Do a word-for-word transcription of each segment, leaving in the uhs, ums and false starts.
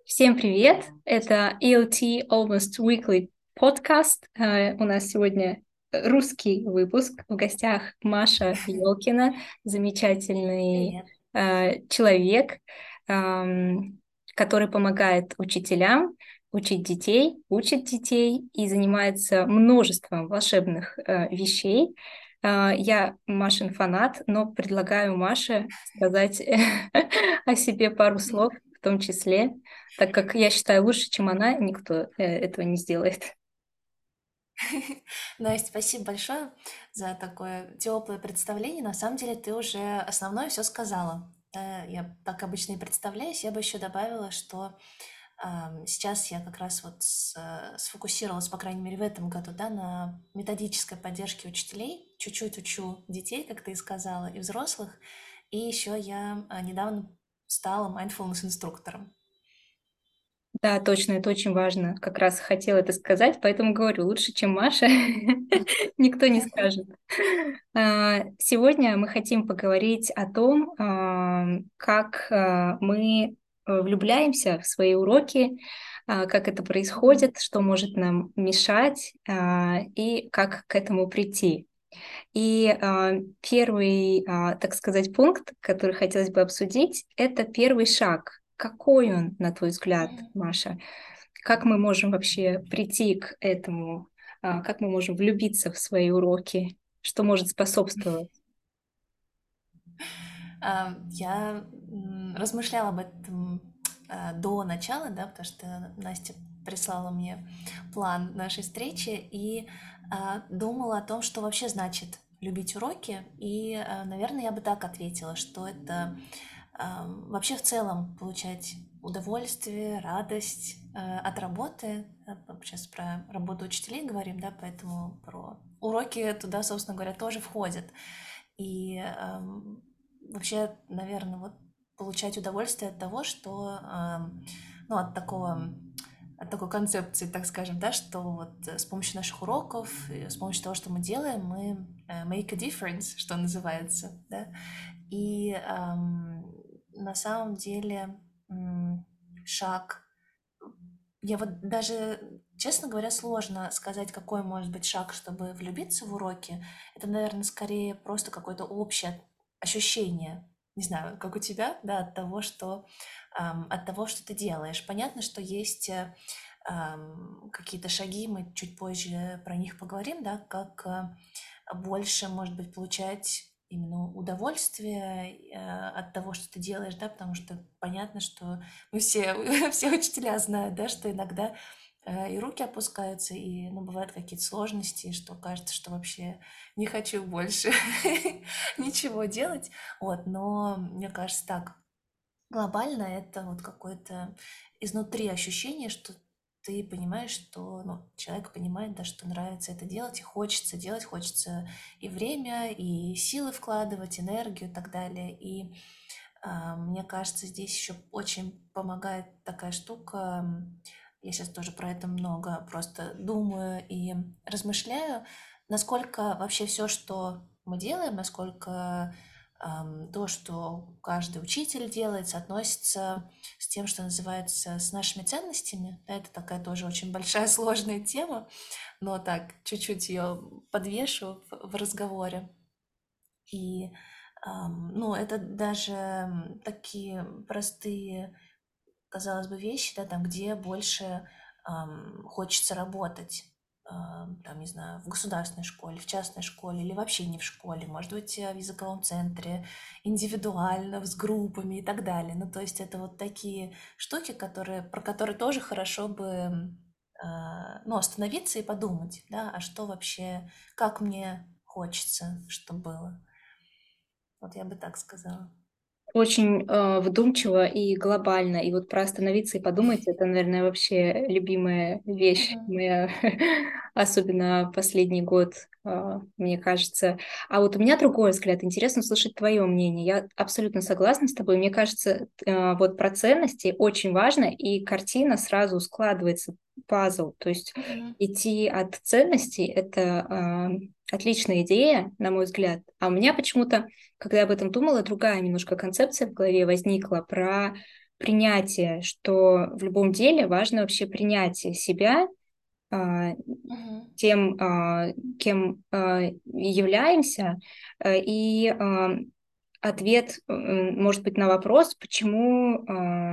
Всем привет! Это и эл ти Almost Weekly подкаст. Э, У нас сегодня русский выпуск. В гостях Маша Елкина, замечательный Привет. э, человек, ам, который помогает учителям учить детей, учит детей и занимается множеством волшебных э, вещей. Э, Я Машин фанат, но предлагаю Маше сказать о себе пару слов в том числе, так как я считаю, лучше, чем она, никто э, этого не сделает. Настя, спасибо большое за такое теплое представление. На самом деле ты уже основное все сказала. Э, Я так обычно и представляюсь. Я бы еще добавила, что ам, сейчас я как раз вот с- э, сфокусировалась, по крайней мере, в этом году, да, на методической поддержке учителей. Чуть-чуть учу детей, как ты и сказала, и взрослых. И еще я а, недавно стала mindfulness инструктором. Да, точно, это очень важно. Как раз хотела это сказать, поэтому говорю, лучше, чем Маша, никто не скажет. А, Сегодня мы хотим поговорить о том, а, как а, мы э, влюбляемся в свои уроки, а, как это Мгм. происходит, что может нам мешать, а, и как к этому прийти. И а, первый, а, так сказать, пункт, который хотелось бы обсудить, это первый шаг. Какой он, на твой взгляд, Мгм. Маша? Как мы можем вообще прийти к этому? А, как мы можем влюбиться в свои уроки? Что может способствовать? А, Я м, размышляла об этом а, до начала, да, потому что Настя прислала мне план нашей встречи и а, думала о том, что вообще значит любить уроки. И, а, наверное, я бы так ответила, что это а, вообще в целом получать удовольствие, радость а, от работы. А, Сейчас про работу учителей говорим, да, поэтому про уроки туда, собственно говоря, тоже входят. И ам, вообще, наверное, вот получать удовольствие от того, что, ам, ну, от такого, от такой концепции, так скажем, да, что вот э, с помощью наших уроков, и с помощью того, что мы делаем, мы э, make a difference, что называется, да. И ам, на самом деле м, шаг, я вот даже, честно говоря, сложно сказать, какой может быть шаг, чтобы влюбиться в уроки. Это, наверное, скорее просто какое-то общее ощущение, не знаю, как у тебя, да, от того, что, ам, от того, что ты делаешь. Понятно, что есть э, ам, какие-то шаги, мы чуть позже про них поговорим, да, как э, больше, может быть, получать именно удовольствие э, от того, что ты делаешь, да, потому что понятно, что мы все, все учителя знают, да, что иногда э, и руки опускаются, и, ну, бывают какие-то сложности, что кажется, что вообще не хочу больше ничего делать, вот, но мне кажется так, глобально это вот какое-то изнутри ощущение, что ты понимаешь, что, ну, человек понимает, да, что нравится это делать, и хочется делать, хочется и время, и силы вкладывать, энергию и так далее. И а, мне кажется, здесь еще очень помогает такая штука. м, Я сейчас тоже про это много просто думаю и размышляю, насколько вообще все, что мы делаем, насколько ам, то, что каждый учитель делает, соотносится с тем, что называется, с нашими ценностями. Да, это такая тоже очень большая сложная тема, но так чуть-чуть ее подвешу в, в разговоре. И, ам, ну, это даже м, такие простые, казалось бы, вещи, да, там, где больше ам, хочется работать. Ам, Там, не знаю, в государственной школе, в частной школе или вообще не в школе, может быть, э, в языковом центре, индивидуально, с группами и так далее. Ну, то есть это вот такие штуки, которые, про которые тоже хорошо бы м, а, ну, остановиться и подумать, да, а что вообще, как мне хочется, чтобы было. Вот я бы так сказала. Очень э, вдумчиво и глобально. И вот про остановиться и подумать, это, наверное, вообще любимая вещь Мгм. моя, особенно последний год, э, мне кажется. А вот у меня другой взгляд. Интересно услышать твое мнение. Я абсолютно согласна с тобой. Мне кажется, э, вот про ценности очень важно, и картина сразу складывается, пазл. То есть Мгм. идти от ценностей — это э, отличная идея, на мой взгляд. А у меня почему-то, когда я об этом думала, другая немножко концепция в голове возникла про принятие, что в любом деле важно вообще принятие себя, а, Мгм. тем, а, кем а, являемся, а, и а, ответ, м, может быть, на вопрос, почему а,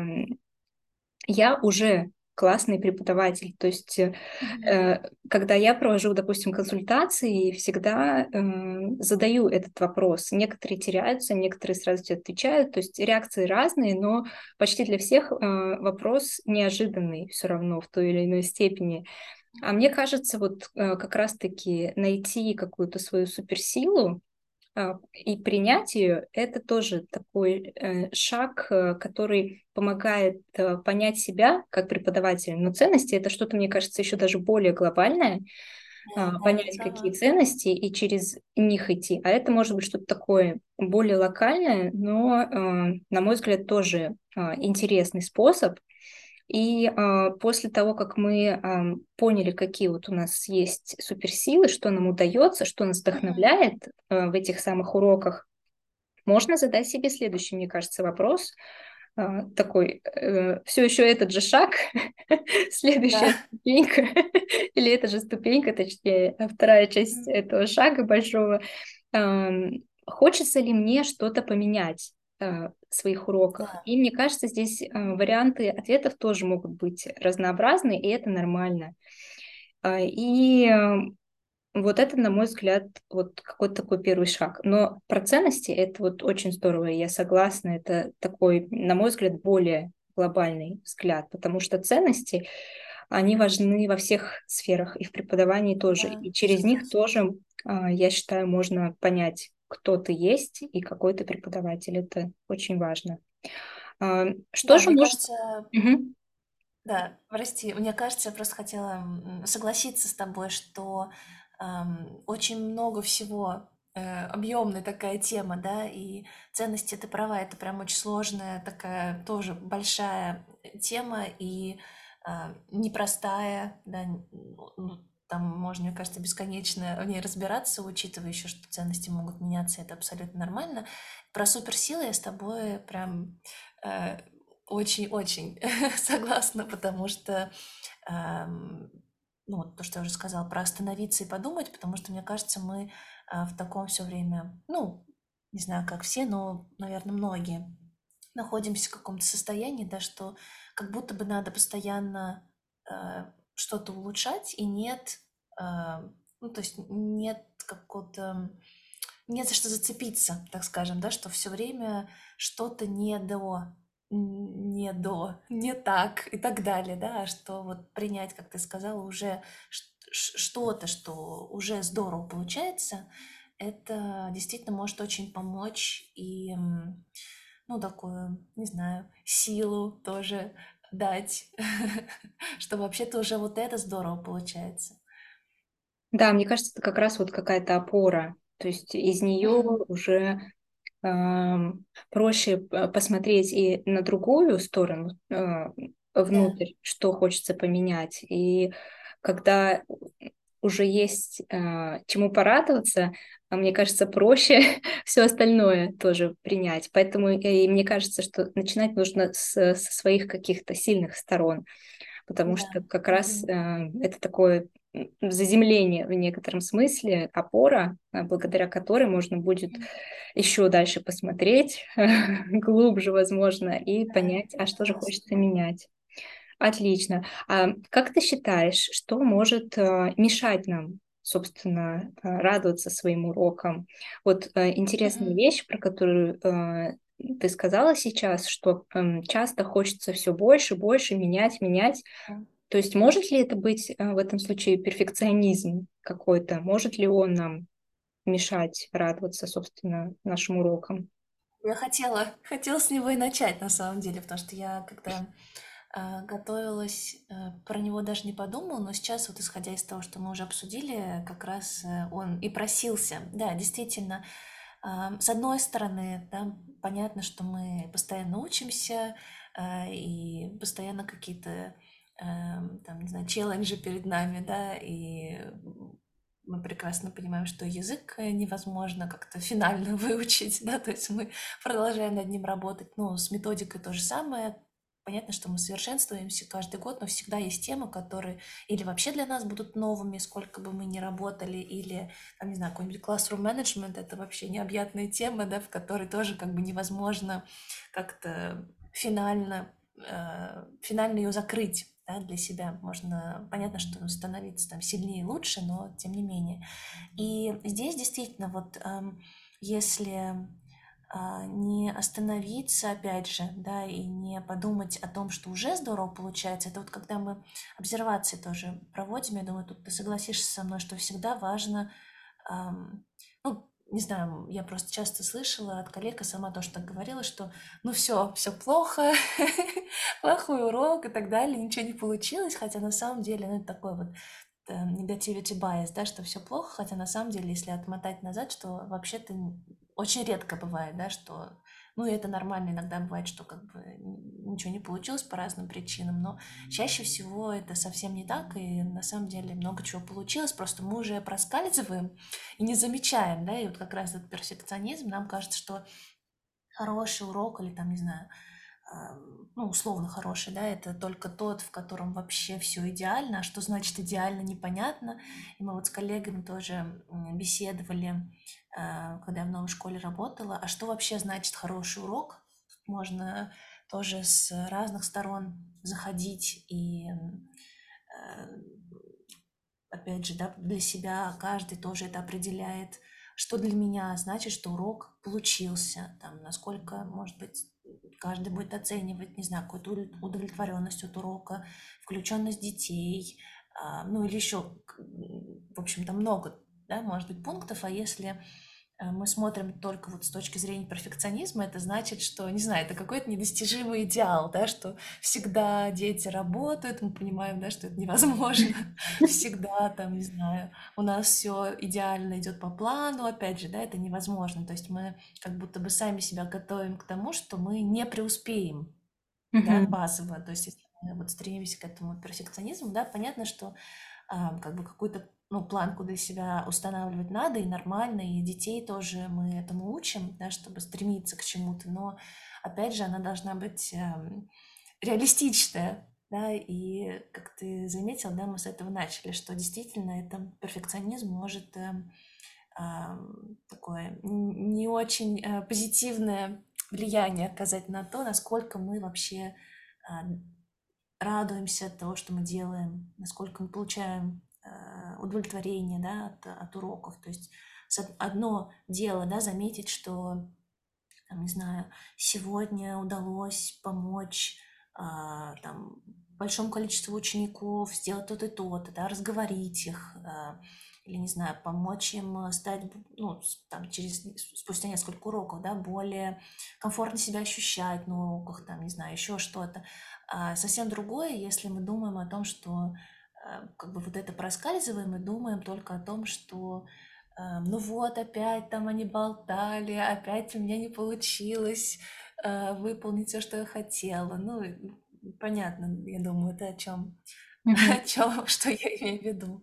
я уже классный преподаватель. То есть, э, Мгм. э, когда я провожу, допустим, консультации, всегда э, задаю этот вопрос. Некоторые теряются, некоторые сразу тебе отвечают. То есть реакции разные, но почти для всех э, вопрос неожиданный все равно в той или иной степени. А мне кажется, вот э, как раз-таки найти какую-то свою суперсилу, а, и принять ее — это тоже такой э, шаг, э, который помогает э, понять себя как преподавателя. Но ценности — это что-то, мне кажется, еще даже более глобальное, Да, а, да, ты понять, какие права. ценности, и через них идти. А это может быть что-то такое более локальное, но, э, на мой взгляд, тоже а, интересный способ. И а, после того, как мы а, поняли, какие вот у нас есть суперсилы, что нам удается, что нас Мгм. вдохновляет а, в этих самых уроках, можно задать себе следующий, мне кажется, вопрос. а, такой, все еще этот же шаг, следующая Да. ступенька, или эта же ступенька, точнее, а вторая часть Мгм. этого шага большого. Ам, Хочется ли мне что-то поменять а, в своих уроках? Да. И мне кажется, здесь а, Мгм. варианты ответов тоже могут быть разнообразны, и это нормально. А, И а, вот это, на мой взгляд, вот какой-то такой первый шаг. Но про ценности — это вот очень здорово, и я согласна, это такой, на мой взгляд, более глобальный взгляд, потому что ценности, они важны во всех сферах, и в преподавании тоже. Да, И через них согласна. тоже, а, я считаю, можно понять, кто ты есть и какой ты преподаватель. Это очень важно. А, Что Да, же мне может... кажется, Мгм. да, прости, мне кажется, я просто хотела м, согласиться с тобой, что ам, очень много всего, э, объемная такая тема, да, и ценности, ты права, это прям очень сложная такая тоже большая тема и а, непростая, да, н- ну, там можно, мне кажется, бесконечно в ней разбираться, учитывая еще, что ценности могут меняться, это абсолютно нормально. Про суперсилы я с тобой прям э, очень-очень согласна, потому что, ам, ну, вот то, что я уже сказала, про остановиться и подумать, потому что, мне кажется, мы а, в таком все время, ну, не знаю, как все, но, наверное, многие находимся в каком-то состоянии, да, что как будто бы надо постоянно э, что-то улучшать, и нет, а, ну, то есть нет какого-то, нет за что зацепиться, так скажем, да, что все время что-то не до, н- не до, не так и так далее, да, а что вот принять, как ты сказала, уже ш- ш- что-то, что уже здорово получается, это действительно может очень помочь и, м, ну, такую, не знаю, силу тоже дать, что вообще-то уже вот это здорово получается. Да, мне кажется, это как раз вот какая-то опора. То есть из нее Мгм. уже ам, проще п- посмотреть и на другую сторону, а, Да, внутрь, что хочется поменять. И когда уже есть а, чему порадоваться, а, мне кажется, проще все остальное тоже принять. Поэтому и мне кажется, что начинать нужно с, со своих каких-то сильных сторон, потому да. что как раз Мгм. э, это такое м, заземление в некотором смысле, опора, э, благодаря которой можно будет еще дальше посмотреть, глубже, возможно, и Да, понять, а что же согласна. хочется менять. Отлично. А как ты считаешь, что может э, мешать нам, собственно, э, радоваться своим урокам? Вот э, интересная Мгм. вещь, про которую э, ты сказала сейчас, что эм, часто хочется все больше, больше менять, менять. Да. То есть может ли это быть э, в этом случае перфекционизм какой-то? Может ли он нам мешать радоваться, собственно, нашим урокам? Я хотела, хотела с него и начать, на самом деле, потому что я, когда а, готовилась, э, про него даже не подумала, но сейчас, вот исходя из того, что мы уже обсудили, как раз э, он и просился. Да, действительно, а, с одной стороны, да, понятно, что мы постоянно учимся, а, и постоянно какие-то, эм, там, не знаю, челленджи перед нами, да, и мы прекрасно понимаем, что язык э, невозможно как-то финально выучить, да, то есть мы продолжаем над ним работать. Ну, с методикой то же самое. понятно, что мы совершенствуемся каждый год, но всегда есть темы, которые или вообще для нас будут новыми, сколько бы мы ни работали, или, там, не знаю, какой-нибудь classroom management — это вообще необъятная тема, да, в которой тоже как бы невозможно как-то финально, э, финально ее закрыть, да, для себя. Можно, понятно, что становиться там сильнее и лучше, но тем не менее. И здесь действительно вот эм, если а, не остановиться, опять же, да, и не подумать о том, что уже здорово получается. Это вот когда мы обсервации тоже проводим, я думаю, тут ты согласишься со мной, что всегда важно, ам, ну, не знаю, я просто часто слышала от коллег, и сама тоже так говорила, что ну все, все плохо, плохой урок и так далее, ничего не получилось, хотя на самом деле, ну, это такой вот э, negativity bias, да, что все плохо, хотя на самом деле, если отмотать назад, что вообще-то н- очень редко бывает, да, что, ну, и это нормально, иногда бывает, что как бы н- ничего не получилось по разным причинам, но чаще всего это совсем не так, и на самом деле много чего получилось, просто мы уже проскальзываем и не замечаем, да, и вот как раз этот перфекционизм, нам кажется, что хороший урок или там, не знаю, ам, ну, условно хороший, да, это только тот, в котором вообще все идеально. А что значит идеально, непонятно. И мы вот с коллегами тоже м, беседовали, а, когда я в новой школе работала, а что вообще значит хороший урок? Тут можно тоже с разных сторон заходить и м, э, опять же, да, для себя каждый тоже это определяет, что для меня значит, что урок получился, там, насколько, может быть, каждый будет оценивать, не знаю, какую-то удовлетворенность от урока, включенность детей, а, ну или еще, в общем-то, много, да, может быть, пунктов, а если э, мы смотрим только вот с точки зрения перфекционизма, это значит, что, не знаю, это какой-то недостижимый идеал, да, что всегда дети работают, мы понимаем, да, что это невозможно, всегда там, не знаю, у нас все идеально идет по плану, опять же, да, это невозможно, то есть мы как будто бы сами себя готовим к тому, что мы не преуспеем, да, Мгм. базово, то есть если мы вот стремимся к этому перфекционизму, да, понятно, что а, как бы какую-то, ну, планку для себя устанавливать надо, и нормально, и детей тоже мы этому учим, да, чтобы стремиться к чему-то, но, опять же, она должна быть эм, реалистичная, да, и, как ты заметил, да, мы с этого начали, что действительно это перфекционизм может эм, ам, такое н- не очень э, позитивное влияние оказать на то, насколько мы вообще а, радуемся от того, что мы делаем, насколько мы получаем э, удовлетворение, да, от, от уроков. То есть с- одно дело, да, заметить, что, там, не знаю, сегодня удалось помочь а, там, большому количеству учеников сделать то-то и то-то, да, разговорить их, а, или, не знаю, помочь им а, стать, ну, с- там, через, спустя несколько уроков, да, более комфортно себя ощущать на уроках, там, не знаю, еще что-то. А совсем другое, если мы думаем о том, что а, как бы вот это проскальзываем и думаем только о том, что а, ну вот, опять там они болтали, опять у меня не получилось а, выполнить все, что я хотела. Ну, и, понятно, я думаю, это о чем, Мгм. о чем, что я имею в виду.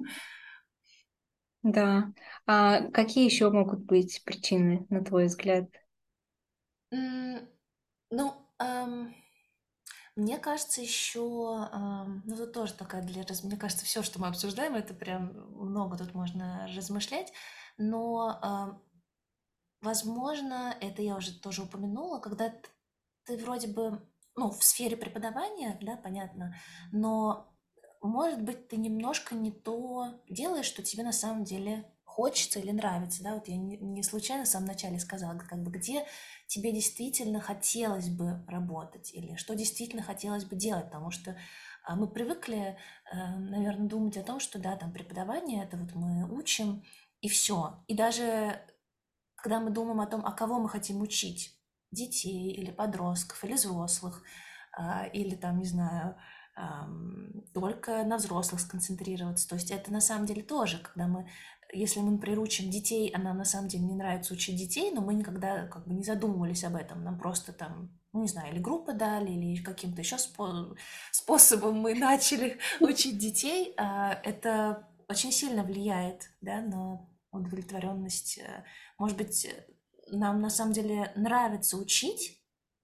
Да. А какие еще могут быть причины, на твой взгляд? М, Ну, ам, мне кажется, еще, ам, ну, тут тоже такая для раз... Мне кажется, все, что мы обсуждаем, это прям много тут можно размышлять, но ам, возможно, это я уже тоже упомянула, когда т- ты вроде бы, ну, в сфере преподавания, да, понятно, но, может быть, ты немножко не то делаешь, что тебе на самом деле хочется или нравится, да, вот я не, не случайно в самом начале сказала, как бы где тебе действительно хотелось бы работать или что действительно хотелось бы делать, потому что а, мы привыкли, наверное, думать о том, что, да, там преподавание, это вот мы учим, и все. И даже когда мы думаем о том, а кого мы хотим учить, детей или подростков, или взрослых, а, или там, не знаю, ам, только на взрослых сконцентрироваться. То есть это на самом деле тоже, когда мы, если мы, например, учим детей, а нам на самом деле не нравится учить детей, но мы никогда как бы не задумывались об этом, нам просто там, ну, не знаю, или группы дали, или каким-то еще спо- способом мы начали учить детей, а, это очень сильно влияет, да, на удовлетворенность. э, Может быть, э, нам на самом деле нравится учить,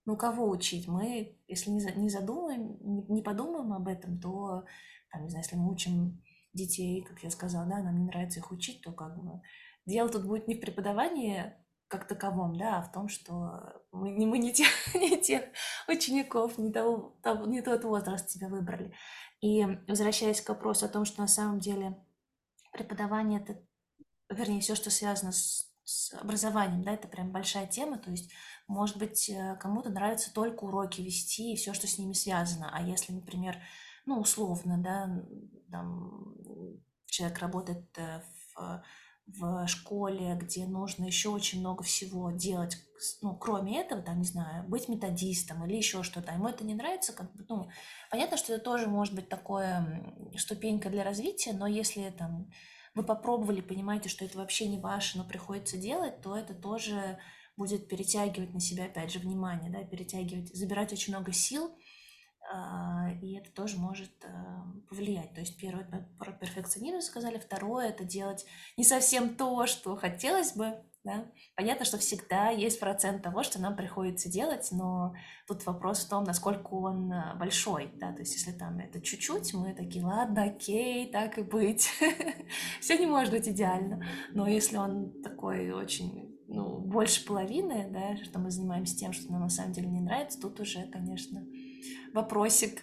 ну кого учить? Мы, если не, за- не задумаем, не, не подумаем об этом, то, там, не знаю, если мы учим детей, как я сказала, да, нам не нравится их учить, то как бы дело тут будет не в преподавании как таковом, да, а в том, что мы не, мы не тех, не тех учеников, не, того, того- не тот возраст себя выбрали. И возвращаясь к вопросу о том, что на самом деле преподавание это, вернее, все, что связано с, с образованием, да, это прям большая тема, то есть, может быть, э, кому-то нравится только уроки вести и все, что с ними связано, а если, например, ну, условно, да, м, там человек работает э, в, в школе, где нужно еще очень много всего делать, с- ну, кроме этого, там, не знаю, быть методистом или еще что-то, а ему это не нравится, как бы, ну, понятно, что это тоже может быть такое м, ступенька для развития, но если там вы попробовали, понимаете, что это вообще не ваше, но приходится делать, то это тоже будет перетягивать на себя, опять же, внимание, да, перетягивать, забирать очень много сил, а, и это тоже может а, повлиять. То есть первое это про перфекционизм сказали, второе это делать не совсем то, что хотелось бы, да. Понятно, что всегда есть процент того, что нам приходится делать, но тут вопрос в том, насколько он а, большой, да, то есть если там это чуть-чуть, мы такие, ладно, окей, так и быть. Все не может быть идеально, но если он такой очень, ну, больше половины, да, что мы занимаемся тем, что нам на самом деле не нравится, тут уже, конечно, вопросик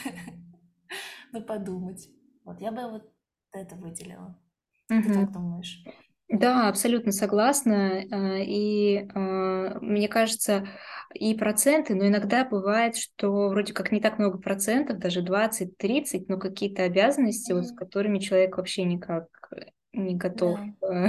на подумать. Вот я бы вот это выделила. Ты как Мгм. думаешь? Да, абсолютно согласна. э, И э, мне кажется, и проценты, но иногда бывает, что вроде как не так много процентов, даже двадцать-тридцать, но какие-то обязанности, вот, с Мгм. которыми человек вообще никак не готов Да, э,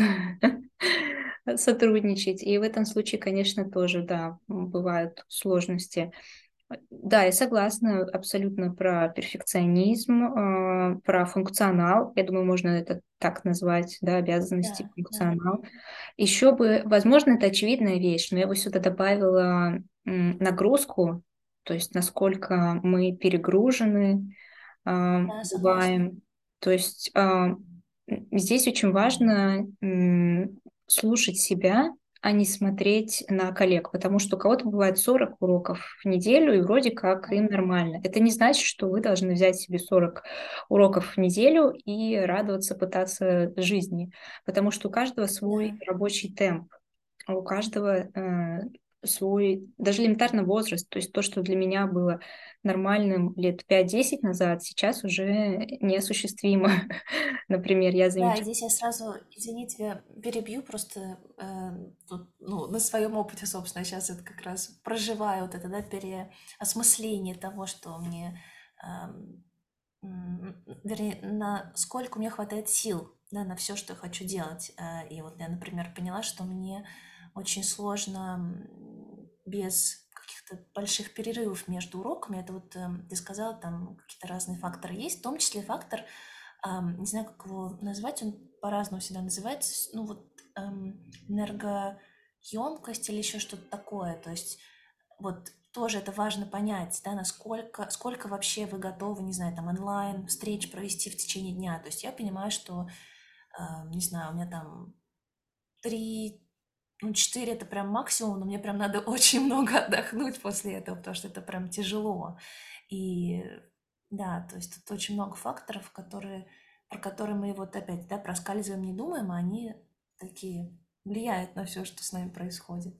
сотрудничать. И в этом случае, конечно, тоже, да, бывают сложности. Да, я согласна абсолютно про перфекционизм, э, про функционал. Я думаю, можно это так назвать, да, обязанности, да, да, функционал. Еще бы, возможно, это очевидная вещь, но я бы сюда добавила м, нагрузку, то есть насколько мы перегружены, а, да, согласна. бываем. То есть а, м, здесь очень важно м, слушать себя, а не смотреть на коллег, потому что у кого-то бывает сорок уроков в неделю, и вроде как им Мгм. нормально. Это не значит, что вы должны взять себе сорок уроков в неделю и радоваться, пытаться жизни, потому что у каждого свой Да. рабочий темп, а у каждого э, свой, даже элементарно возраст, то есть то, что для меня было нормальным лет пять-десять назад, сейчас уже неосуществимо. Например, я Да, замечаю. здесь я сразу, извини, тебя перебью, просто э, тут, ну, на своем опыте, собственно, сейчас это как раз проживаю вот это, да, переосмысление того, что мне, эм, м, вернее, на сколько мне хватает сил, да, на все, что я хочу делать. Э, И вот я, например, поняла, что мне очень сложно м, без каких-то больших перерывов между уроками. Это вот эм, ты сказала, там какие-то разные факторы есть, в том числе фактор, ам, не знаю, как его назвать, он по-разному всегда называется, с- ну вот эм, энергоемкость или еще что-то такое. То есть вот тоже это важно понять, да, насколько, сколько вообще вы готовы, не знаю, там онлайн встреч провести в течение дня. То есть я понимаю, что, а, не знаю, у меня там три, ну, четыре это прям максимум, но мне прям надо очень много отдохнуть после этого, потому что это прям тяжело. И да, то есть тут очень много факторов, которые, про которые мы вот опять, да, проскальзываем, не думаем, а они такие влияют на все, что с нами происходит.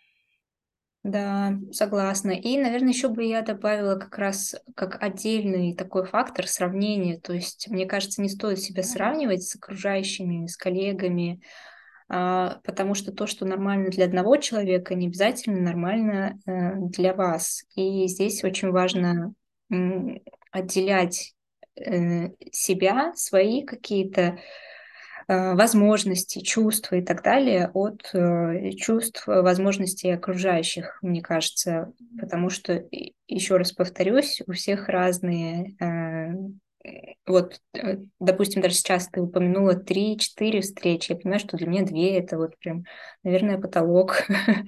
Да, согласна. И, наверное, еще бы я добавила как раз как отдельный такой фактор сравнения. То есть, мне кажется, не стоит себя Мгм. сравнивать с окружающими, с коллегами, а, потому что то, что нормально для одного человека, не обязательно нормально э, для вас. И здесь очень Мгм. важно м, отделять э, себя, свои какие-то э, возможности, чувства и так далее от э, чувств, э, возможностей окружающих, мне кажется, потому что, и- еще раз повторюсь, у всех разные, э, вот, э, допустим, даже сейчас ты упомянула три-четыре встречи, я понимаю, что для меня две это вот прям, наверное, потолок,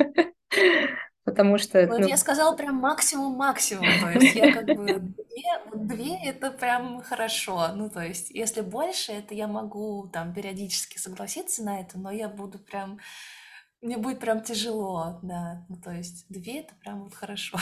потому что, Вот ну, я сказала прям максимум-максимум, то есть я как бы две, вот две это прям хорошо, ну то есть если больше, это я могу там периодически согласиться на это, но я буду прям мне будет прям тяжело, да. Ну, то есть две это прям вот хорошо.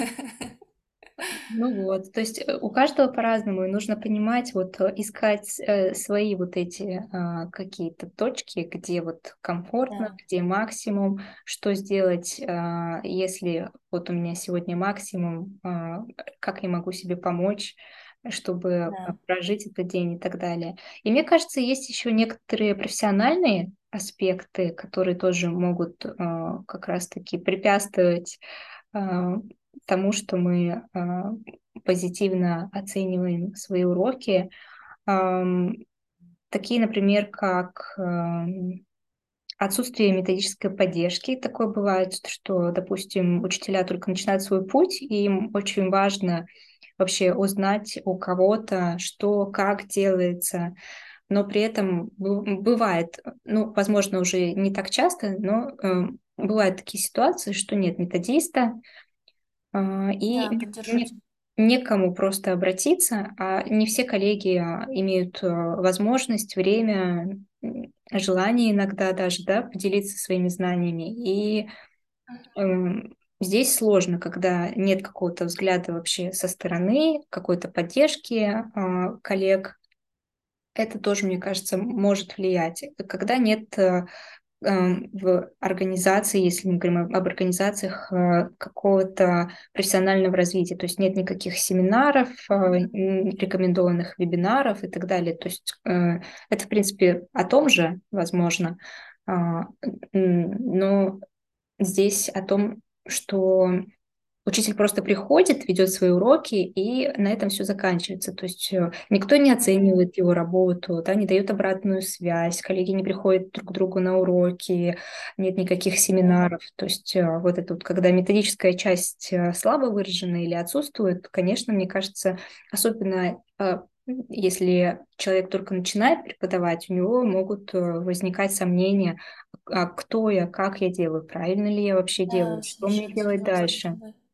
Ну вот, то есть э, у каждого по-разному, и нужно понимать, вот э, искать э, свои вот эти а, какие-то точки, где вот комфортно, Да, где максимум, что сделать, а, если вот у меня сегодня максимум, а, как я могу себе помочь, чтобы а, да, прожить этот день и так далее. И мне кажется, есть еще некоторые профессиональные аспекты, которые тоже могут а, как раз-таки препятствовать а, тому, что мы а, позитивно оцениваем свои уроки. Ам, Такие, например, как ам, отсутствие методической поддержки. Такое бывает, что, допустим, учителя только начинают свой путь, и им очень важно вообще узнать у кого-то, что, как делается, но при этом бу- бывает, ну, возможно, уже не так часто, но эм, бывают такие ситуации, что нет методиста, а, и да, поддержу не- тебя. некому просто обратиться, а не все коллеги а, имеют а, возможность, время, м, желание иногда даже, да, поделиться своими знаниями. И эм, здесь сложно, когда нет какого-то взгляда вообще со стороны, какой-то поддержки а, коллег. Это тоже, мне кажется, может влиять. Когда нет э, эм, в организации, если мы говорим об об организациях э, какого-то профессионального развития, то есть нет никаких семинаров, э, м, рекомендованных вебинаров и так далее. То есть э, это, в принципе, о том же, возможно, а, м, но здесь о том, что учитель просто приходит, ведет свои уроки, и на этом все заканчивается. То есть э, никто не Мгм. оценивает его работу, да, не дает обратную связь, коллеги не приходят друг к другу на уроки, нет никаких Да, семинаров. То есть э, вот это вот, когда методическая часть э, слабо выражена или отсутствует, конечно, мне кажется, особенно э, если человек только начинает преподавать, у него могут э, возникать сомнения, а кто я, как я делаю, правильно ли я вообще делаю, да, что мне совершенно делать согласна с дальше. тобой.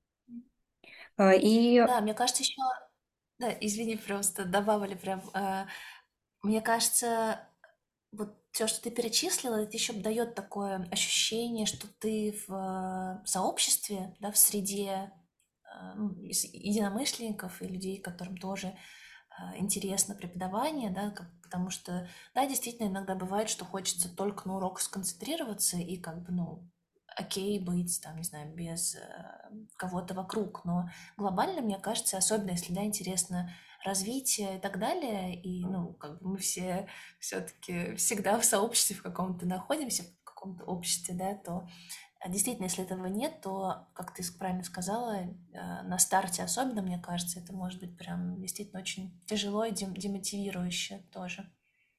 А, И Да, мне кажется, еще, да, извини, просто добавили прям. э, Мне кажется, вот все, что ты перечислила, это еще дает такое ощущение, что ты в э, сообществе, да, в среде э, ну, из- единомышленников и людей, которым тоже э, интересно преподавание, да, как- потому что, да, действительно, иногда бывает, что хочется только на урок сконцентрироваться и как бы, ну, окей быть, там, не знаю, без э, кого-то вокруг, но глобально, мне кажется, особенно если, да, интересно развитие и так далее, и, ну, как бы мы все все-таки всегда в сообществе в каком-то находимся, в каком-то обществе, да, то а действительно, если этого нет, то, как ты правильно сказала, э, на старте особенно, мне кажется, это может быть прям действительно очень тяжело и дем- демотивирующе тоже.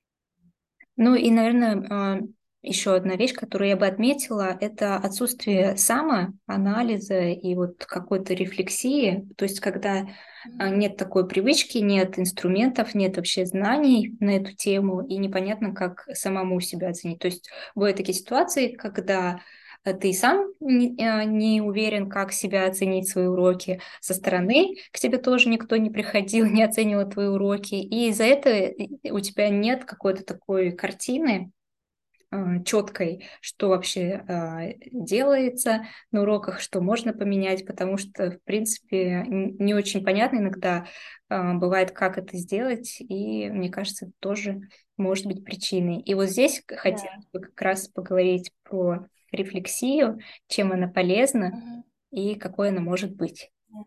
Ну и, наверное, еще одна вещь, которую я бы отметила, это отсутствие самоанализа и вот какой-то рефлексии. То есть, когда а, Мгм. нет такой привычки, нет инструментов, нет вообще знаний на эту тему, и непонятно, как самому себя оценить. То есть, бывают такие ситуации, когда э, ты сам не, э, не уверен, как себя оценить свои уроки. Со Мгм. стороны к тебе тоже никто не приходил, не оценивал твои уроки. И из-за этого у тебя нет какой-то такой картины э, четкой, что вообще э, делается на уроках, что можно поменять, потому что, в принципе, н- не очень понятно иногда э, бывает, как это сделать, и мне кажется, это тоже может быть причиной. И вот здесь хотелось Да. бы как раз поговорить про рефлексию, чем она полезна Мгм. и какой она может быть. Да.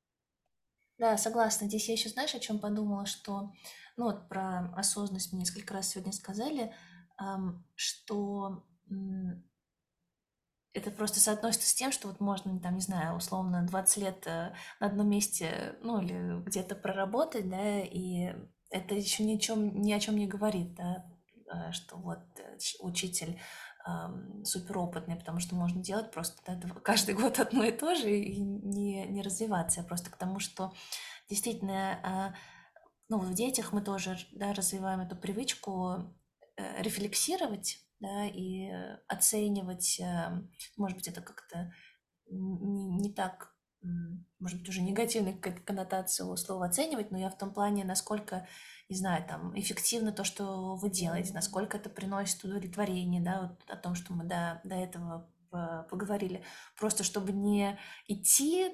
Да, согласна. Здесь я еще, знаешь, о чем подумала, что, ну вот про осознанность мне несколько раз сегодня сказали, ам, что м, это просто соотносится с тем, что вот можно, там, не знаю, условно, двадцать лет э, на одном месте, ну, или где-то проработать, да, и это еще ни о чем, ни о чем не говорит, да, э, что вот э, ч- учитель ам, суперопытный, потому что можно делать просто да, дв- каждый год одно и то же и не, не развиваться. Я просто к тому, что действительно, а, ну, в детях мы тоже, да, развиваем эту привычку э, рефлексировать, да, и э, оценивать, э, может быть, это как-то не, не так может быть, уже негативной кон- коннотации у слова оценивать, но я в том плане, насколько, не знаю, там, эффективно то, что вы делаете, насколько это приносит удовлетворение, да, вот о том, что мы до, до этого по- поговорили. Просто чтобы не идти,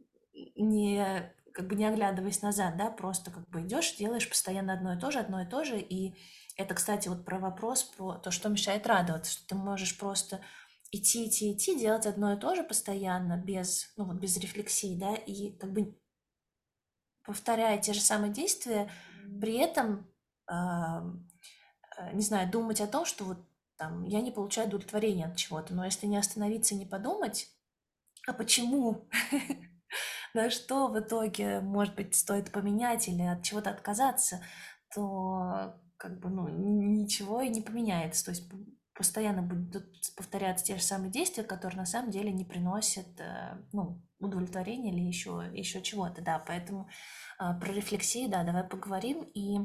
не как бы не оглядываясь назад, да, просто как бы идешь, делаешь постоянно одно и то же, одно и то же. И это, кстати, вот про вопрос, про то, что мешает радоваться, что ты можешь просто идти, идти, идти, делать одно и то же постоянно, без, ну вот, без рефлексии, да, и как бы повторяя те же самые действия, при этом, ам, э, не знаю, думать о том, что вот там я не получаю удовлетворения от чего-то, но если не остановиться и не подумать, а почему? На что в итоге, может быть, стоит поменять или от чего-то отказаться, то как бы, ну, н- ничего и не поменяется. То есть п- постоянно будут повторяться те же самые действия, которые на самом деле не приносят, э, ну, удовлетворения или еще, еще чего-то, да. Поэтому а, про рефлексии, да, давай поговорим. И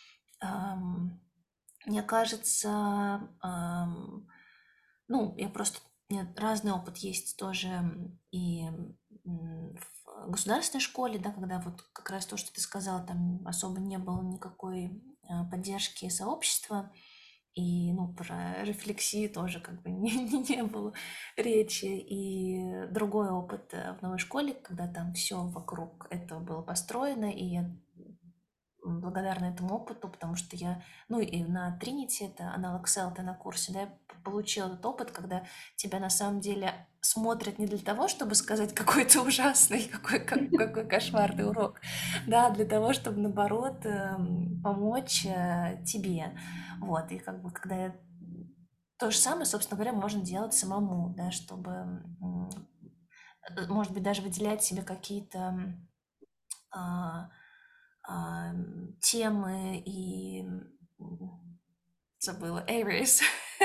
ам, мне кажется, ам, ну, я просто у меня разный опыт есть тоже, м, и м, в государственной школе, да, когда вот как раз то, что ты сказала, там особо не было никакой а, поддержки сообщества, и, ну, про рефлексии тоже как бы не, не, не было речи. И другой опыт э, в новой школе, когда там все вокруг этого было построено, и я благодарна этому опыту, потому что я, ну и на Тринити, это аналог селта на курсе, да, я п- получила этот опыт, когда тебя на самом деле смотрят не для того, чтобы сказать, какой ты ужасный, какой, как- какой кошмарный урок, да, а для того, чтобы, наоборот, эм, помочь э, тебе. Вот, и как бы, когда я... То же самое, собственно говоря, можно делать самому, да, чтобы, м, э, может быть, даже выделять себе какие-то м, а, ам, темы и м, забыла areas,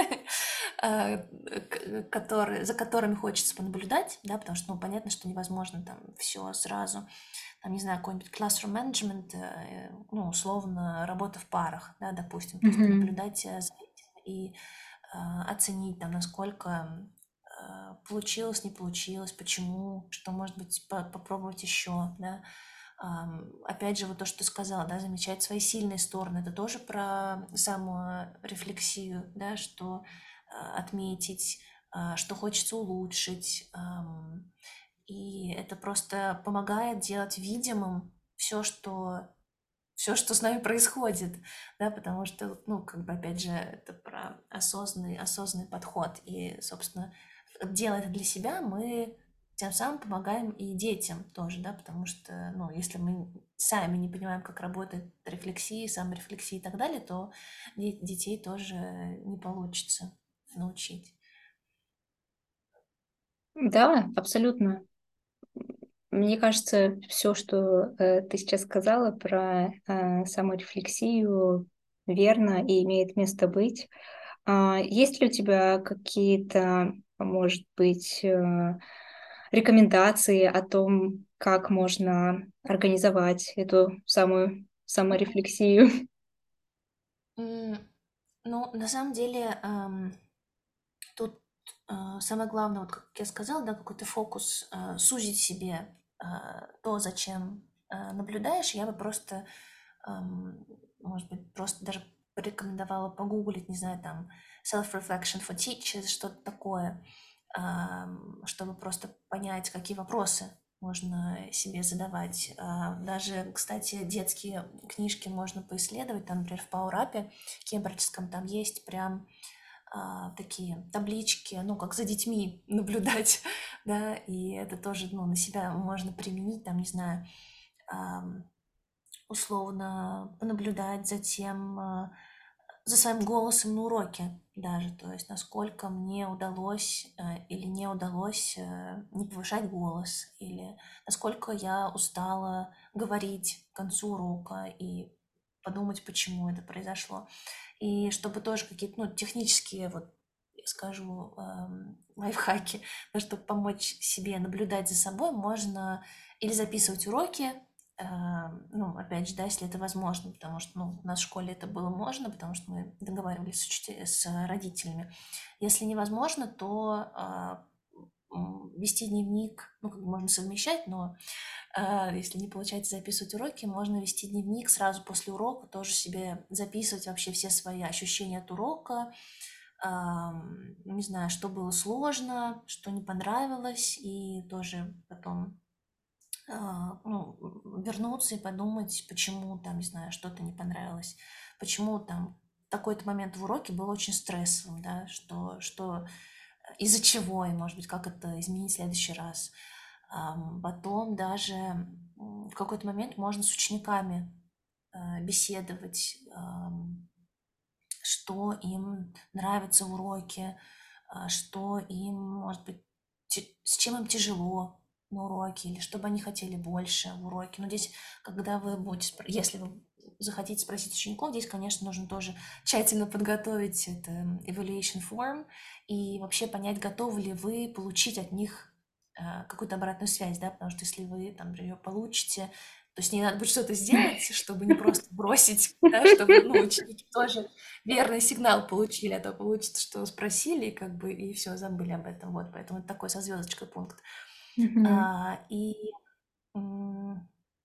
а, к- которые, за которыми хочется понаблюдать, да, потому что, ну, понятно, что невозможно там все сразу, там, не знаю, какой-нибудь classroom management, э, ну, условно, работа в парах, да, допустим, то есть Мгм. понаблюдать э, за этим и а, оценить там, насколько а, получилось, не получилось, почему, что, может быть, по- попробовать еще, да. Ам, опять же, вот то, что ты сказала, да, замечать свои сильные стороны, это тоже про самую рефлексию, да, что а, отметить, а, что хочется улучшить. ам, и это просто помогает делать видимым все, что все, что с нами происходит, да, потому что, ну, как бы, опять же, это про осознанный, осознанный подход. И, собственно, делая это для себя, мы тем самым помогаем и детям тоже, да, потому что, ну, если мы сами не понимаем, как работает рефлексия, саморефлексия и так далее, то де- детей тоже не получится научить. Да, абсолютно. Мне кажется, все, что э, ты сейчас сказала про э, саморефлексию, верно и имеет место быть. А, есть ли у тебя какие-то, может быть, э, рекомендации о том, как можно организовать эту самую саморефлексию? М, Ну, на самом деле, ам, тут а, самое главное, вот как я сказала, да, какой-то фокус, а, сузить себе а, то, зачем а, наблюдаешь. Я бы просто, ам, может быть, просто даже порекомендовала погуглить, не знаю, там, self-reflection for teachers, что-то такое, ам, чтобы просто понять, какие вопросы можно себе задавать. А, Даже, кстати, детские книжки можно поисследовать. Там, например, в Пауэрапе кембриджском там есть прям а, такие таблички, ну, как за детьми наблюдать, да, и это тоже, ну, на себя можно применить, там, не знаю, ам, условно понаблюдать за тем, а, за своим голосом на уроке даже, то есть насколько мне удалось э, или не удалось э, не повышать голос, или насколько я устала говорить к концу урока и подумать, почему это произошло. И чтобы тоже какие-то, ну, технические, вот, я скажу, эм, лайфхаки, да, чтобы помочь себе наблюдать за собой, можно или записывать уроки, эм, ну, опять же, да, если это возможно, потому что, ну, у нас в школе это было можно, потому что мы договаривались с, учте- с родителями. Если невозможно, то а, м, вести дневник, ну, как бы можно совмещать, но а, если не получается записывать уроки, можно вести дневник сразу после урока, тоже себе записывать вообще все свои ощущения от урока, ам, не знаю, что было сложно, что не понравилось, и тоже потом а, ну, вернуться и подумать, почему там, не знаю, что-то не понравилось, почему там такой-то момент в уроке был очень стрессовым, да, что, что из-за чего, и, может быть, как это изменить в следующий раз. Ам, потом даже м, в какой-то момент можно с учениками э, беседовать, ам, что им нравится в уроке, а, что им, может быть, те- с чем им тяжело на уроке, или что бы они хотели больше в уроке. Но здесь, когда вы будете, спр- если вы захотите спросить учеников, здесь, конечно, нужно тоже тщательно подготовить это evaluation form и вообще понять, готовы ли вы получить от них э, какую-то обратную связь, да, потому что если вы там ее получите, то с ней надо будет что-то сделать, чтобы не просто бросить, да, чтобы, ну, ученики тоже верный сигнал получили, а то получится, что спросили, и как бы, и все забыли об этом. Вот, поэтому это такой со звездочкой пункт. Мгм. А, и, м,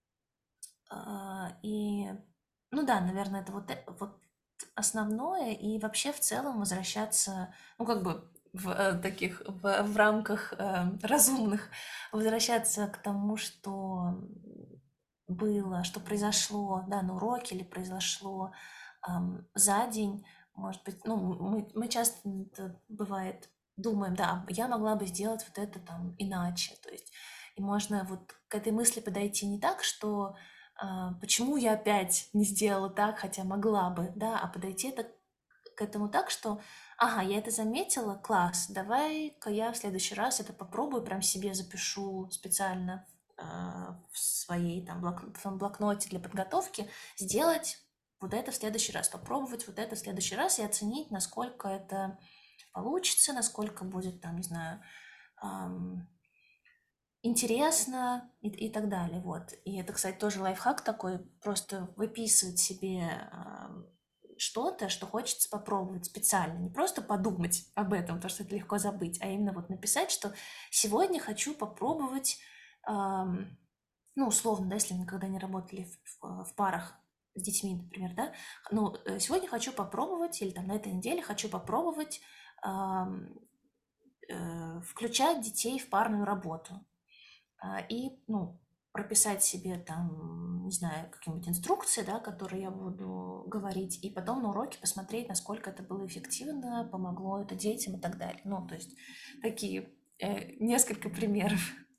а, и, ну да, наверное, это вот, э- вот основное, и вообще в целом возвращаться, ну, как бы в э, таких, в, в рамках э, разумных, возвращаться к тому, что было, что произошло, да, на уроке или произошло ам, за день. Может быть, ну, мы, мы часто, это бывает, думаем, да, я могла бы сделать вот это там иначе. То есть, и можно вот к этой мысли подойти не так, что а, почему я опять не сделала так, хотя могла бы, да, а подойти это, к этому так, что, ага, я это заметила, класс, давай-ка я в следующий раз это попробую, прям себе запишу специально а, в своей там блок, в своем блокноте для подготовки, сделать вот это в следующий раз, попробовать вот это в следующий раз и оценить, насколько это получится, насколько будет там, не знаю, ам, интересно и, и так далее, вот. И это, кстати, тоже лайфхак такой, просто выписывать себе ам, что-то, что хочется попробовать специально, не просто подумать об этом, потому что это легко забыть, а именно вот написать, что сегодня хочу попробовать, ам, ну, условно, да, если вы никогда не работали в, в- в парах с детьми, например, да, ну, э, сегодня хочу попробовать, или там на этой неделе хочу попробовать ам, э, включать детей в парную работу. А, и, ну, прописать себе там, не знаю, какие-нибудь инструкции, да, которые я буду говорить, и потом на уроке посмотреть, насколько это было эффективно, помогло это детям и так далее. Ну, то есть такие э, несколько примеров.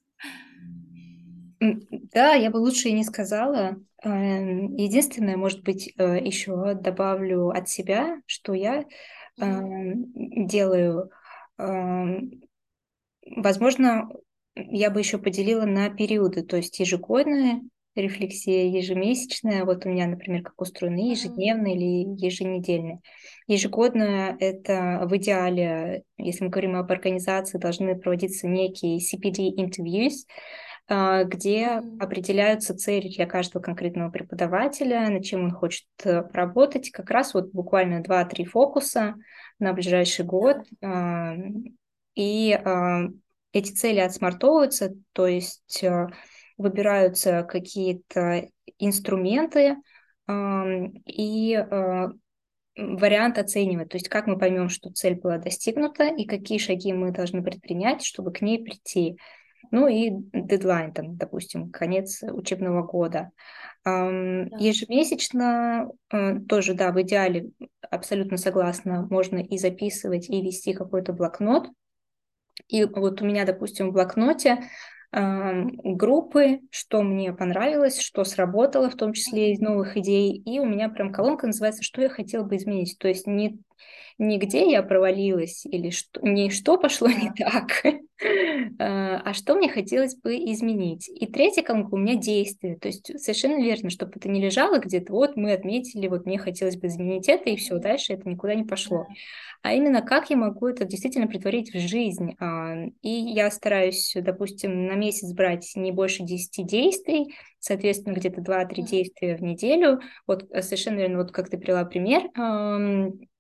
М, Да, я бы лучше и не сказала. Эм, Единственное, может быть, э, еще добавлю от себя, что я Мгм. эм, делаю. Эм, Возможно, я бы еще поделила на периоды, то есть ежегодная рефлексия, ежемесячная. Вот у меня, например, как устроены Мгм. ежедневная или еженедельная. Ежегодная — это в идеале, если мы говорим об организации, должны проводиться некие си пи ди-интервьюс, где Мгм. определяются цели для каждого конкретного преподавателя, над чем он хочет э, поработать. Как раз вот буквально два-три фокуса на ближайший год. Да. а, И а, эти цели отсмартовываются, то есть а, выбираются какие-то инструменты, ам, и а, вариант оценивать, то есть как мы поймем, что цель была достигнута, и какие шаги мы должны предпринять, чтобы к ней прийти. Ну и дедлайн, там, допустим, конец учебного года. Ам, Да. Ежемесячно э, тоже, да, в идеале, абсолютно согласна, можно и записывать, и вести какой-то блокнот. И вот у меня, допустим, в блокноте ам, группы, что мне понравилось, что сработало, в том числе из Мгм. новых идей. И у меня прям колонка называется «Что я хотела бы изменить». То есть не, не где я провалилась или что, не что пошло не Да. так, а а что мне хотелось бы изменить. И третья колонка у меня действия. То есть совершенно верно, чтобы это не лежало где-то, вот мы отметили, вот мне хотелось бы изменить это, и все, Мгм. дальше это никуда не пошло. Да. А именно как я могу это действительно притворить в жизнь. А, И я стараюсь, допустим, на месяц брать не больше десяти действий, соответственно, где-то два-три Мгм. действия в неделю. Вот э, совершенно верно, вот как ты привела пример,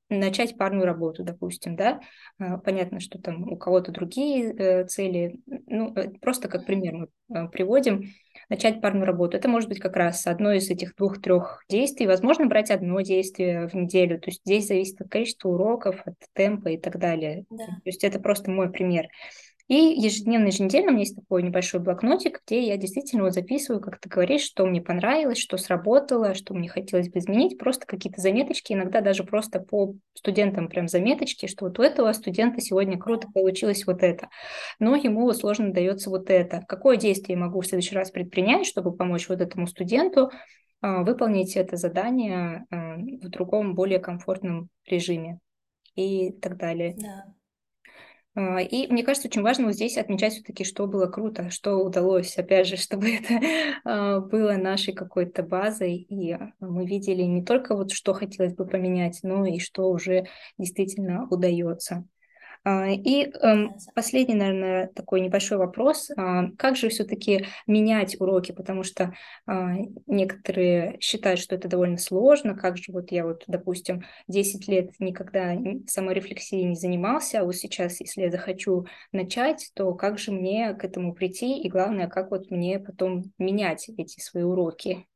начать парную работу, допустим, да. А, Понятно, что там у кого-то другие э, цели, ну, э, просто как Мгм. пример мы э, приводим, начать парную работу. Это может быть как раз одно из этих двух-трех действий. Возможно, брать одно действие в неделю. То есть здесь зависит от количества уроков, от темпа и так далее. То Да, есть это просто мой пример. И ежедневно, еженедельно у меня есть такой небольшой блокнотик, где я действительно вот записываю, как ты говоришь, что мне понравилось, что сработало, что мне хотелось бы изменить, просто какие-то заметочки, иногда даже просто по студентам прям заметочки, что вот у этого студента сегодня круто да, получилось вот это, но ему вот сложно дается вот это. Какое действие я могу в следующий раз предпринять, чтобы помочь вот этому студенту а, выполнить это задание а, в другом, более комфортном режиме и так далее. да, А, И мне кажется, очень важно вот здесь отмечать все-таки, что было круто, что удалось, опять же, чтобы это а, было нашей какой-то базой, и а, мы видели не только вот что хотелось бы поменять, но и что уже действительно удается. А, И эм, да, за- последний, наверное, такой небольшой вопрос. А, Как же все-таки менять уроки? Потому что а, некоторые считают, что это довольно сложно. Как же вот я вот, допустим, десять лет никогда н- саморефлексией не занимался, а вот сейчас, если я захочу начать, то как же мне к этому прийти? И главное, как вот мне потом менять эти свои уроки?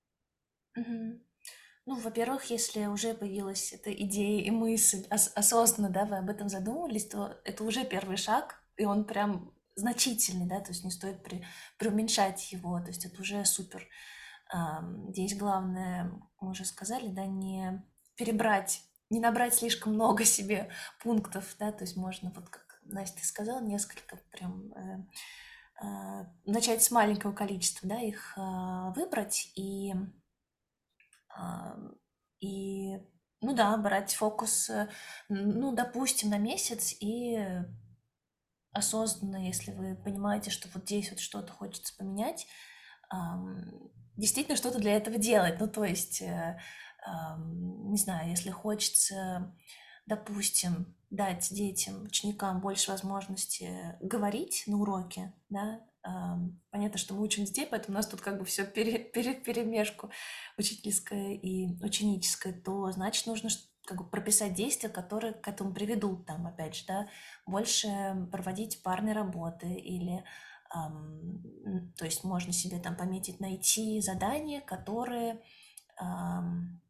Мгм. Ну, во-первых, если уже появилась эта идея и мысль ос- осознанно, да, вы об этом задумались, то это уже первый шаг, и он прям значительный, да, то есть не стоит пре- преуменьшать его, то есть это уже супер. Ам, Здесь главное, мы уже сказали, да, не перебрать, не набрать слишком много себе пунктов, да, то есть можно, вот как Настя сказала, несколько прям э, э, начать с маленького количества, да, их э, выбрать и Ам, и, ну да, брать фокус, э, ну, допустим, на месяц и осознанно, если вы понимаете, что вот здесь вот что-то хочется поменять, ам, действительно что-то для этого делать. Ну, то есть, э, ам, не знаю, если хочется, допустим, дать детям, ученикам больше возможности говорить на уроке, да, ам, понятно, что мы учим детей, поэтому у нас тут как бы все пере, пере, перемешку учительское и ученическое, то значит нужно ш- как бы прописать действия, которые к этому приведут, там, опять же, да, больше проводить парные работы или ам, м, то есть можно себе там пометить, найти задания, которые ам,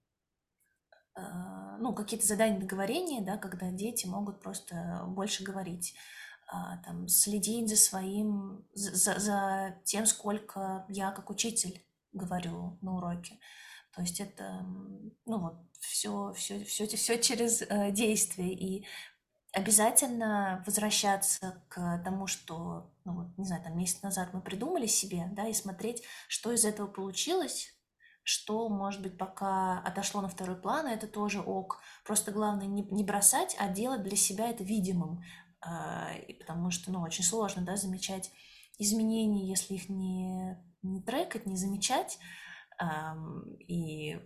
а, ну, какие-то задания договорения, да, когда дети могут просто больше говорить, а, там, следить за своим, за, за- за тем, сколько я как учитель говорю на уроке. То есть это, м, ну вот, все, все, все, все через э, действие. И обязательно возвращаться к тому, что, ну вот, не знаю, там месяц назад мы придумали себе, да, и смотреть, что из этого получилось, что, может быть, пока отошло на второй план, и это тоже ок. Просто главное не, не бросать, а делать для себя это видимым. А, и потому что, ну, очень сложно, да, замечать изменения, если их не, не трекать, не замечать. Ам, и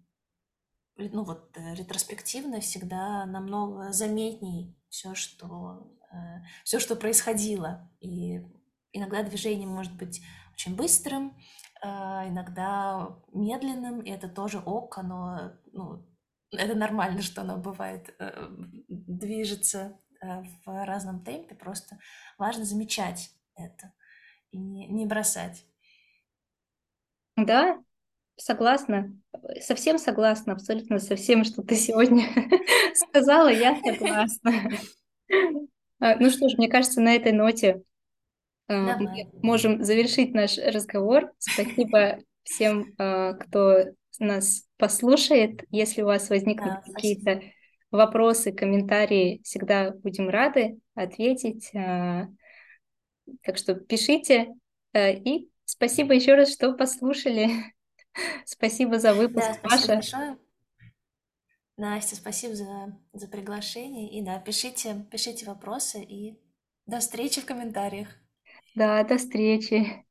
ну вот э, ретроспективно всегда намного заметней все, что, все, что происходило. И иногда движение может быть очень быстрым, а, иногда медленным, и это тоже ок, оно, ну, это нормально, что оно бывает, э, движется э, в разном темпе, просто важно замечать это и не, не бросать. Да, согласна, совсем согласна, абсолютно со всем, что ты сегодня сказала, я согласна. А, Ну что ж, мне кажется, на этой ноте а, мы Давай. можем завершить наш разговор. Спасибо всем, а, кто нас послушает. Если у вас возникнут Да, спасибо. какие-то вопросы, комментарии, всегда будем рады ответить. А, Так что пишите. А, И спасибо еще раз, что послушали. Спасибо за выпуск, Да, спасибо Маша. большое. Настя, спасибо за, за приглашение. И да, пишите, пишите вопросы и до встречи в комментариях. Да, до встречи.